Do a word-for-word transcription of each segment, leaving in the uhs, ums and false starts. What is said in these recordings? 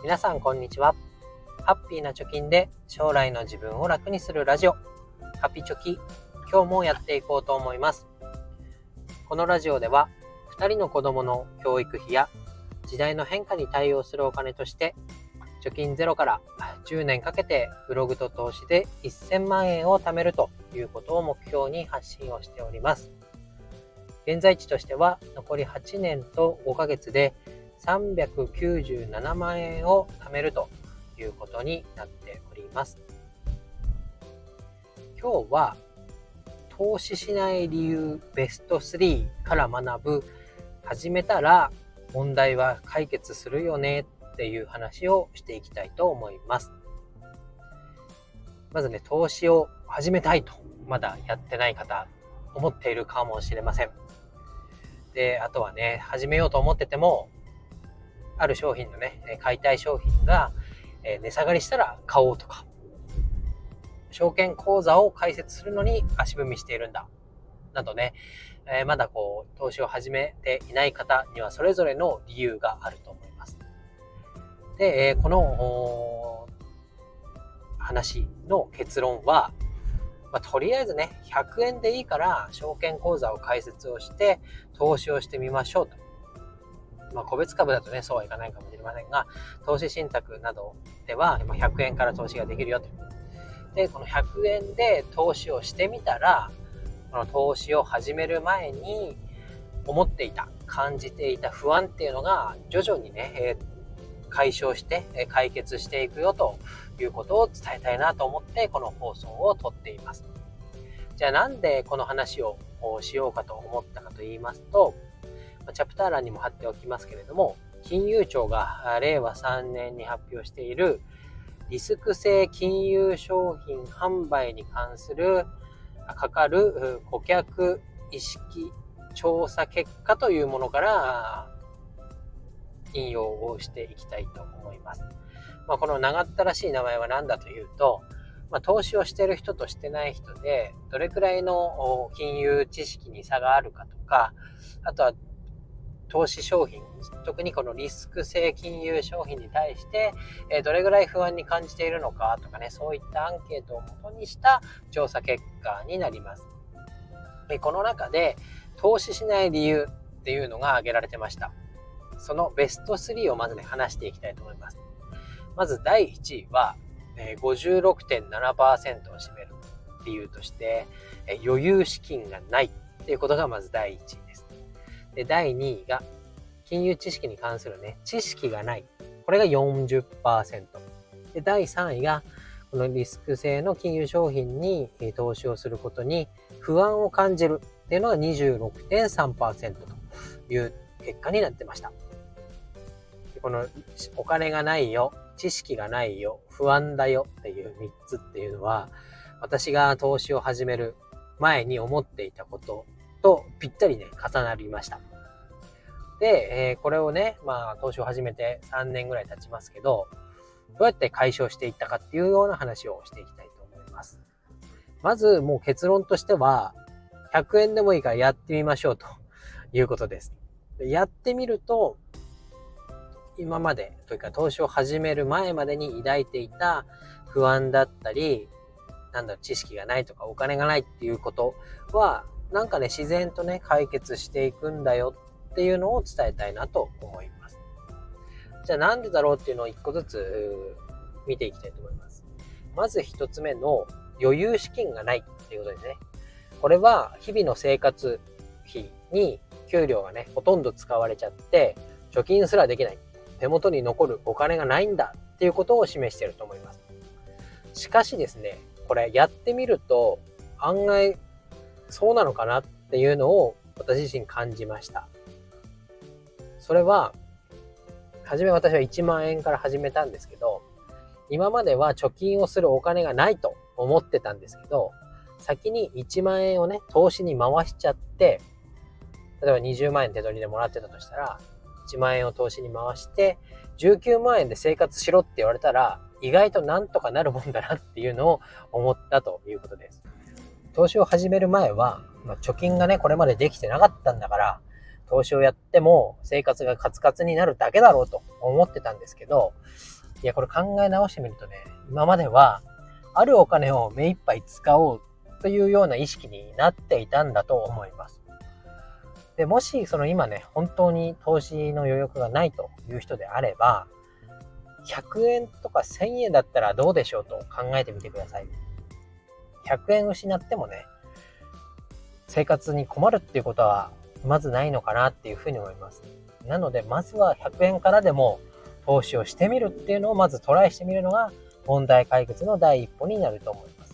皆さんこんにちは。ハッピーな貯金で将来の自分を楽にするラジオ、ハピチョキ、今日もやっていこうと思います。このラジオではふたりの子供の教育費や時代の変化に対応するお金として貯金ゼロからじゅうねんかけてブログと投資でせんまんえんを貯めるということを目標に発信をしております。現在地としては残りはちねんとごかげつでさんびゃくきゅうじゅうななまんえんを貯めるということになっております。今日は投資しない理由ベストスリーから学ぶ始めたら問題は解決するよねっていう話をしていきたいと思います。まずね、投資を始めたいとまだやってない方思っているかもしれません。で、あとはね、始めようと思っててもある商品のね、買いたい商品が値下がりしたら買おうとか、証券口座を開設するのに足踏みしているんだなどね、えー、まだこう投資を始めていない方にはそれぞれの理由があると思います。で、えー、この話の結論は、まあ、とりあえずねひゃくえんでいいから証券口座を開設をして投資をしてみましょうと。まあ、個別株だとねそうはいかないかもしれませんが、投資信託などではひゃくえんから投資ができるよと。で、このひゃくえんで投資をしてみたら、この投資を始める前に思っていた感じていた不安っていうのが徐々にね、えー、解消して解決していくよということを伝えたいなと思ってこの放送を撮っています。じゃあなんでこの話をしようかと思ったかと言いますと、チャプター欄にも貼っておきますけれども、金融庁がれいわさんねんに発表しているリスク性金融商品販売に関するかかる顧客意識調査結果というものから引用をしていきたいと思います。まあ、この長ったらしい名前は何だというと、まあ、投資をしている人としてない人でどれくらいの金融知識に差があるかとか、あとは投資商品、特にこのリスク性金融商品に対してどれぐらい不安に感じているのかとかね、そういったアンケートを元にした調査結果になります。この中で投資しない理由っていうのが挙げられてました。そのベストスリーをまずね話していきたいと思います。まずだいいちいは ごじゅうろくてんななパーセント を占める理由として余裕資金がないっていうことがまずだいいちいです。で、だいにいが金融知識に関するね知識がない、これが よんじゅっパーセント で、だいさんいがこのリスク性の金融商品に投資をすることに不安を感じるっていうのが にじゅうろくてんさんパーセント という結果になってました。で、このお金がないよ、知識がないよ、不安だよっていうみっつっていうのは、私が投資を始める前に思っていたこととぴったりね重なりました。で、えー、これをね、まあ投資を始めてさんねんぐらい経ちますけど、どうやって解消していったかっていうような話をしていきたいと思います。まずもう結論としてはひゃくえんでもいいからやってみましょうということです。やってみると、今までというか投資を始める前までに抱いていた不安だったり、なんだろう、知識がないとかお金がないっていうことはなんかね自然とね解決していくんだよっていうのを伝えたいなと思います。じゃあなんでだろうっていうのを一個ずつ見ていきたいと思います。まず一つ目の余裕資金がないっていうことですね。これは日々の生活費に給料がねほとんど使われちゃって貯金すらできない、手元に残るお金がないんだっていうことを示していると思います。しかしですね、これやってみると案外そうなのかなっていうのを私自身感じました。それは、はじめ私はいちまんえんから始めたんですけど、今までは貯金をするお金がないと思ってたんですけど、先にいちまんえんをね投資に回しちゃって、例えばにじゅうまんえん手取りでもらってたとしたらいちまんえんを投資に回してじゅうきゅうまんえんで生活しろって言われたら意外となんとかなるもんだなっていうのを思ったということです。投資を始める前は、まあ、貯金がねこれまでできてなかったんだから投資をやっても生活がカツカツになるだけだろうと思ってたんですけど、 いや、これ考え直してみるとね、今まではあるお金を目いっぱい使おうというような意識になっていたんだと思います。で、もしその今ね、本当に投資の余力がないという人であれば、ひゃくえんとかせんえんだったらどうでしょうと考えてみてください。ひゃくえん失ってもね、生活に困るっていうことはまずないのかなっていうふうに思います。なので、まずはひゃくえんからでも投資をしてみるっていうのをまずトライしてみるのが問題解決の第一歩になると思います。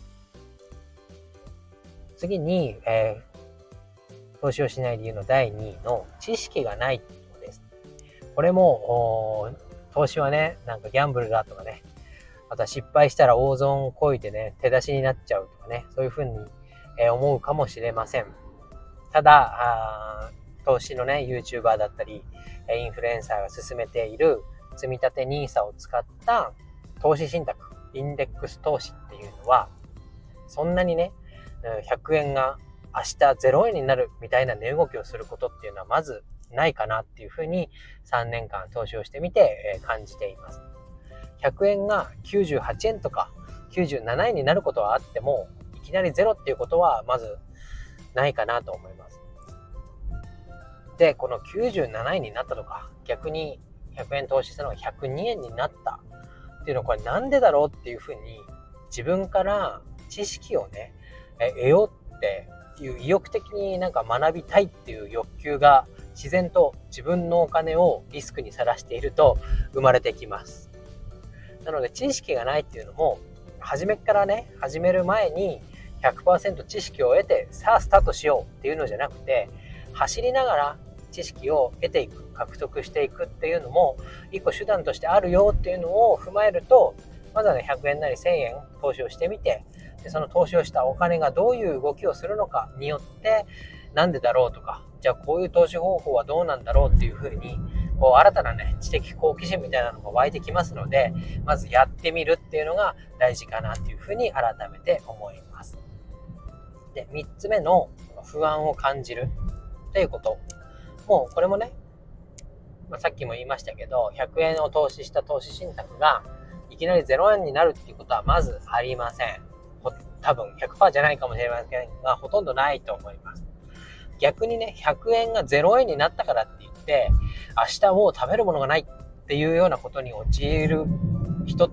次に、えー、投資をしない理由のだいにいの知識がないっていうことです。これも投資はね、なんかギャンブルだとかね、また失敗したら大損こいてね、手出しになっちゃうとかね、そういうふうに思うかもしれません。ただ、投資のね、YouTuber だったり、インフルエンサーが進めている積み立て ニーサ を使った投資信託、インデックス投資っていうのは、そんなにね、ひゃくえんが明日ゼロえんになるみたいな値動きをすることっていうのはまずないかなっていうふうにさんねんかん投資をしてみて感じています。ひゃくえんがきゅうじゅうはちえんとかきゅうじゅうななえんになることはあっても、いきなりゼロっていうことはまずないかなと思います。で、このきゅうじゅうななえんになったとか、逆にひゃくえん投資したのがひゃくにえんになったっていうのは、これなんでだろうっていうふうに自分から知識をね、得ようっていう意欲的になんか学びたいっていう欲求が自然と自分のお金をリスクにさらしていると生まれてきます。なので知識がないっていうのも、初めからね、始める前に ひゃくパーセント 知識を得て、さあスタートしようっていうのじゃなくて、走りながら知識を得ていく、獲得していくっていうのも一個手段としてあるよっていうのを踏まえると、まずはね、ひゃくえんなりせんえん投資をしてみて、でその投資をしたお金がどういう動きをするのかによって、なんでだろうとか、じゃあこういう投資方法はどうなんだろうっていうふうに、こう新たなね、知的好奇心みたいなのが湧いてきますので、まずやってみるっていうのが大事かなっていうふうに改めて思います。で、みっつめの不安を感じるということ。もうこれもね、まあ、さっきも言いましたけど、ひゃくえんを投資した投資信託がいきなりゼロえんになるっていうことはまずありません。多分 ひゃくパーセント じゃないかもしれませんが、ほとんどないと思います。逆にね、ひゃくえんがゼロえんになったからって言って、明日もう食べるものがないっていうようなことに陥る人って、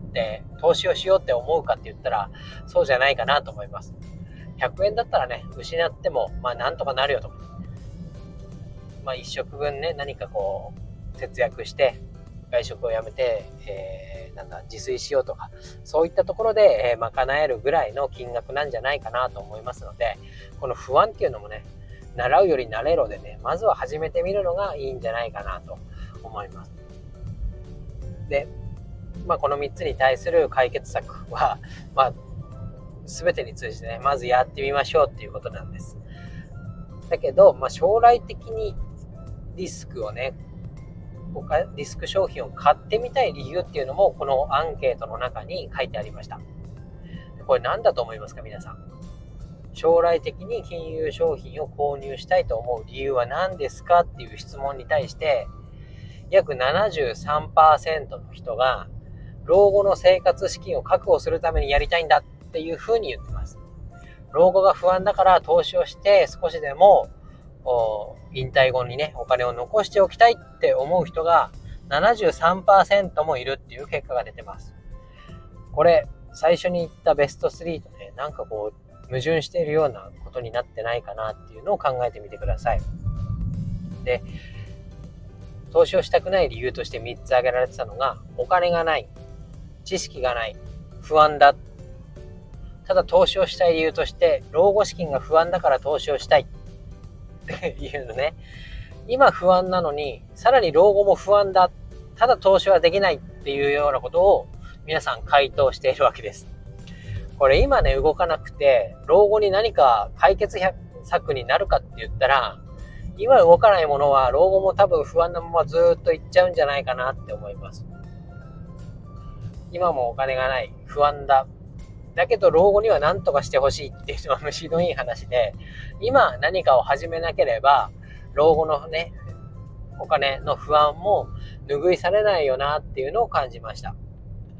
投資をしようって思うかって言ったら、そうじゃないかなと思います。ひゃくえんだったらね、失っても、まあなんとかなるよと。まあ一食分ね、何かこう、節約して、外食をやめて、えー、なんだ、自炊しようとか、そういったところで、えー、賄えるぐらいの金額なんじゃないかなと思いますので、この不安っていうのもね、習うより慣れろでね、まずは始めてみるのがいいんじゃないかなと思います。で、まあこのみっつに対する解決策は、まあ、全てに通じてね、まずやってみましょうっていうことなんです。だけど、まあ将来的にリスクをね、リスク商品を買ってみたい理由っていうのもこのアンケートの中に書いてありました。これ何だと思いますか、皆さん。将来的に金融商品を購入したいと思う理由は何ですかっていう質問に対して、約 ななじゅうさんパーセント の人が老後の生活資金を確保するためにやりたいんだっていうふうに言ってます。老後が不安だから投資をして少しでも引退後にね、お金を残しておきたいって思う人が ななじゅうさんパーセント もいるっていう結果が出てます。これ、最初に言ったベストスリーとね、なんかこう、矛盾しているようなことになってないかなっていうのを考えてみてください。で、投資をしたくない理由としてみっつ挙げられてたのが、お金がない、知識がない、不安だ。ただ投資をしたい理由として、老後資金が不安だから投資をしたいっていうのね。今不安なのに、さらに老後も不安だ。ただ投資はできないっていうようなことを皆さん回答しているわけです。これ今ね、動かなくて、老後に何か解決策になるかって言ったら、今動かないものは老後も多分不安なままずっといっちゃうんじゃないかなって思います。今もお金がない、不安だ。だけど老後には何とかしてほしいっていうのは虫のいい話で、今何かを始めなければ、老後のね、お金の不安も拭いされないよなっていうのを感じました。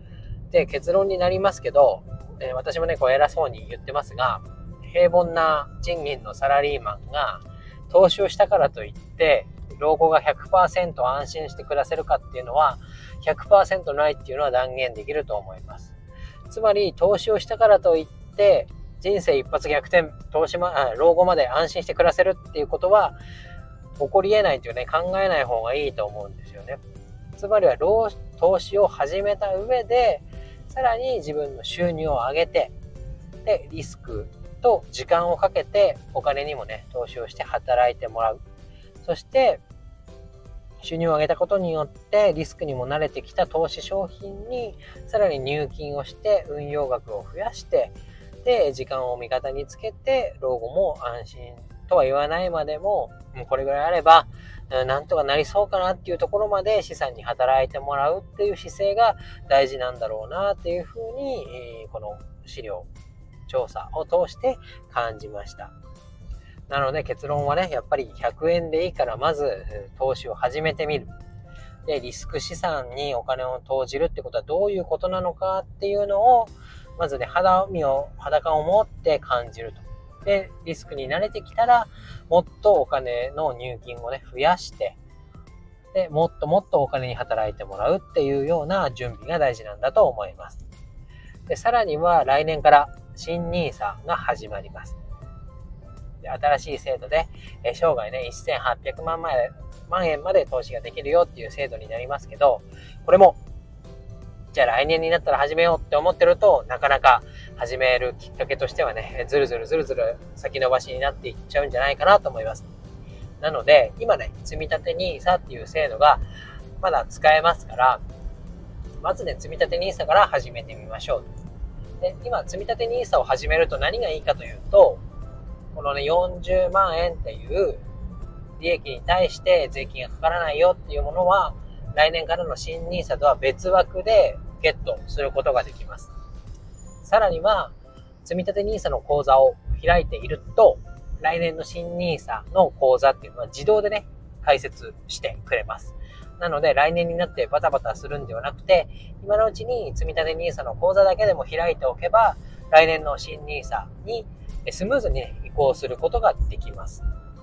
で、結論になりますけど、えー、私もね、こう偉そうに言ってますが、平凡な賃金のサラリーマンが投資をしたからといって老後が ひゃくパーセント 安心して暮らせるかっていうのは ひゃくパーセント ないっていうのは断言できると思います。つまり投資をしたからといって人生一発逆転、投資ま老後まで安心して暮らせるっていうことは起こり得ないというね、考えない方がいいと思うんですよね。つまりは投資を始めた上でさらに自分の収入を上げて、でリスクと時間をかけてお金にもね投資をして働いてもらう。そして収入を上げたことによってリスクにも慣れてきた投資商品にさらに入金をして運用額を増やして、で時間を味方につけて老後も安心とは言わないまでもこれぐらいあればなんとかなりそうかなっていうところまで資産に働いてもらうっていう姿勢が大事なんだろうなっていうふうにこの資料調査を通して感じました。なので結論はね、やっぱりひゃくえんでいいからまず投資を始めてみる。で、リスク資産にお金を投じるってことはどういうことなのかっていうのをまずね、肌身を裸を持って感じると。で、リスクに慣れてきたらもっとお金の入金をね増やして、でもっともっとお金に働いてもらうっていうような準備が大事なんだと思います。で、さらには来年から新ニーサが始まります。で、新しい制度で、え生涯ね、せんはっぴゃくまん円まで投資ができるよっていう制度になりますけど、これも、じゃあ来年になったら始めようって思ってると、なかなか始めるきっかけとしてはね、ずるずるずるずる先延ばしになっていっちゃうんじゃないかなと思います。なので、今ね、積立 ニーサ っていう制度がまだ使えますから、まずね、積立 ニーサ から始めてみましょう。で、今積立 ニーサ を始めると何がいいかというと、このねよんじゅうまんえんっていう利益に対して税金がかからないよっていうものは来年からの新ニーサとは別枠でゲットすることができます。さらには積立 ニーサ の口座を開いていると来年の新ニーサの口座っていうのは自動でね開設してくれます。なので来年になってバタバタするんではなくて、今のうちに積立 ニーサ の口座だけでも開いておけば来年の新ニーサにスムーズに、ね、移行することができます。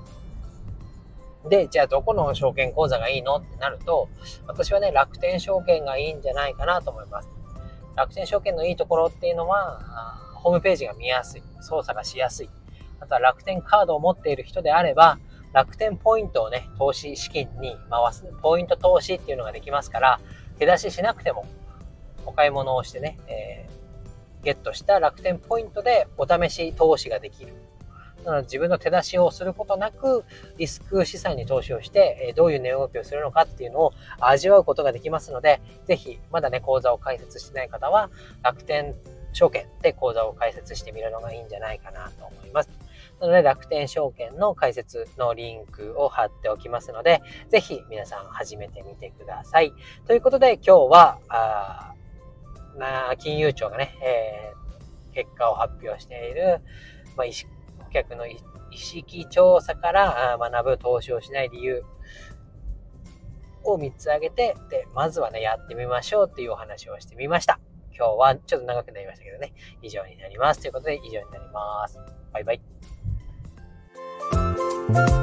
で、じゃあどこの証券口座がいいのってなると、私はね楽天証券がいいんじゃないかなと思います。楽天証券のいいところっていうのはホームページが見やすい、操作がしやすい、あとは楽天カードを持っている人であれば楽天ポイントをね投資資金に回すポイント投資っていうのができますから、手出ししなくてもお買い物をしてね、えー、ゲットした楽天ポイントでお試し投資ができる。なので自分の手出しをすることなくリスク資産に投資をしてどういう値動きをするのかっていうのを味わうことができますので、ぜひまだね口座を開設してない方は楽天証券で口座を開設してみるのがいいんじゃないかなと思います。なので楽天証券の開設のリンクを貼っておきますので、ぜひ皆さん始めてみてください。ということで今日はあな金融庁がね、えー、結果を発表している、まあ、顧客の意識調査から学ぶ投資をしない理由をみっつ挙げて、でまずはねやってみましょうっていうお話をしてみました。今日はちょっと長くなりましたけどね、以上になります。ということで以上になります。バイバイ。